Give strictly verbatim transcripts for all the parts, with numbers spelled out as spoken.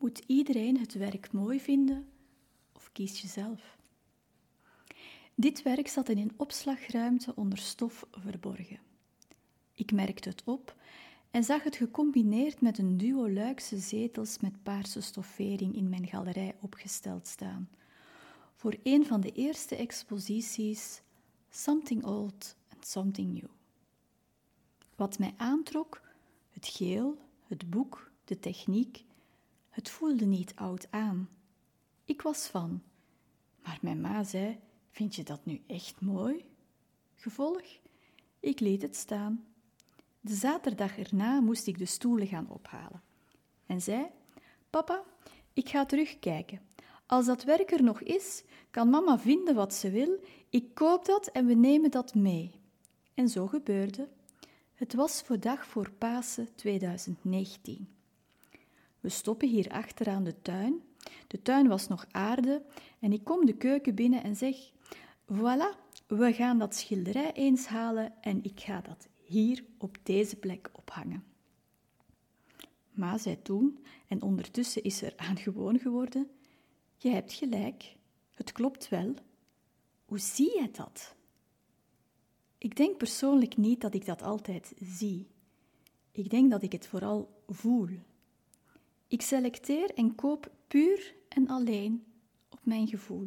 Moet iedereen het werk mooi vinden of kies je zelf? Dit werk zat in een opslagruimte onder stof verborgen. Ik merkte het op en zag het gecombineerd met een duo luikse zetels met paarse stoffering in mijn galerij opgesteld staan. Voor een van de eerste exposities Something Old and Something New. Wat mij aantrok, het geel, het boek, de techniek, het voelde niet oud aan. Ik was van, maar mijn ma zei, vind je dat nu echt mooi? Gevolg, ik liet het staan. De zaterdag erna moest ik de stoelen gaan ophalen. En zei, papa, ik ga terugkijken. Als dat werk er nog is, kan mama vinden wat ze wil. Ik koop dat en we nemen dat mee. En zo gebeurde. Het was voor dag voor Pasen tweeduizend negentien. We stoppen hier achteraan de tuin. De tuin was nog aarde en ik kom de keuken binnen en zeg, voilà, we gaan dat schilderij eens halen en ik ga dat hier op deze plek ophangen. Ma zei toen, en ondertussen is er aan gewoon geworden, je hebt gelijk, het klopt wel. Hoe zie jij dat? Ik denk persoonlijk niet dat ik dat altijd zie. Ik denk dat ik het vooral voel. Ik selecteer en koop puur en alleen op mijn gevoel.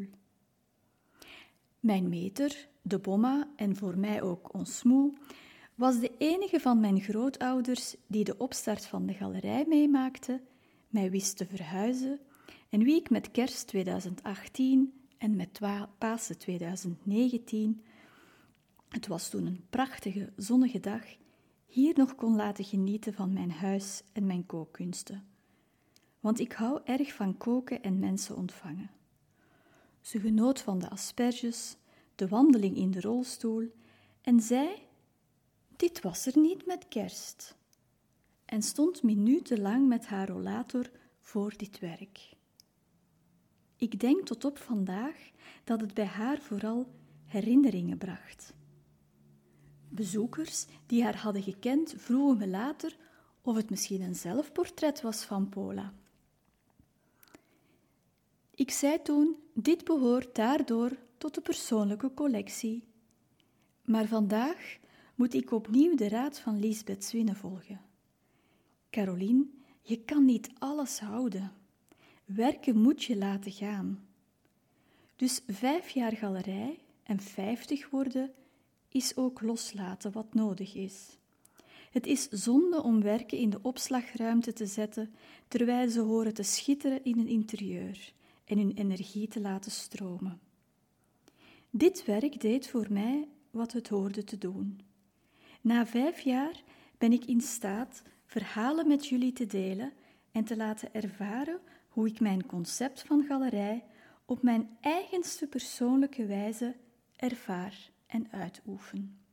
Mijn meter, de Bomma en voor mij ook ons moe, was de enige van mijn grootouders die de opstart van de galerij meemaakte, mij wist te verhuizen en wie ik met kerst tweeduizend achttien en met Pasen tweeduizend negentien, het was toen een prachtige, zonnige dag, hier nog kon laten genieten van mijn huis en mijn kookkunsten. Want ik hou erg van koken en mensen ontvangen. Ze genoot van de asperges, de wandeling in de rolstoel en zei, dit was er niet met kerst. En stond minutenlang met haar rollator voor dit werk. Ik denk tot op vandaag dat het bij haar vooral herinneringen bracht. Bezoekers die haar hadden gekend vroegen me later of het misschien een zelfportret was van Pola. Ik zei toen, dit behoort daardoor tot de persoonlijke collectie. Maar vandaag moet ik opnieuw de raad van Lisbeth Swinne volgen. Caroline, je kan niet alles houden. Werken moet je laten gaan. Dus vijf jaar galerij en vijftig worden is ook loslaten wat nodig is. Het is zonde om werken in de opslagruimte te zetten, terwijl ze horen te schitteren in een interieur en hun energie te laten stromen. Dit werk deed voor mij wat het hoorde te doen. Na vijf jaar ben ik in staat verhalen met jullie te delen en te laten ervaren hoe ik mijn concept van galerij op mijn eigenste persoonlijke wijze ervaar en uitoefen.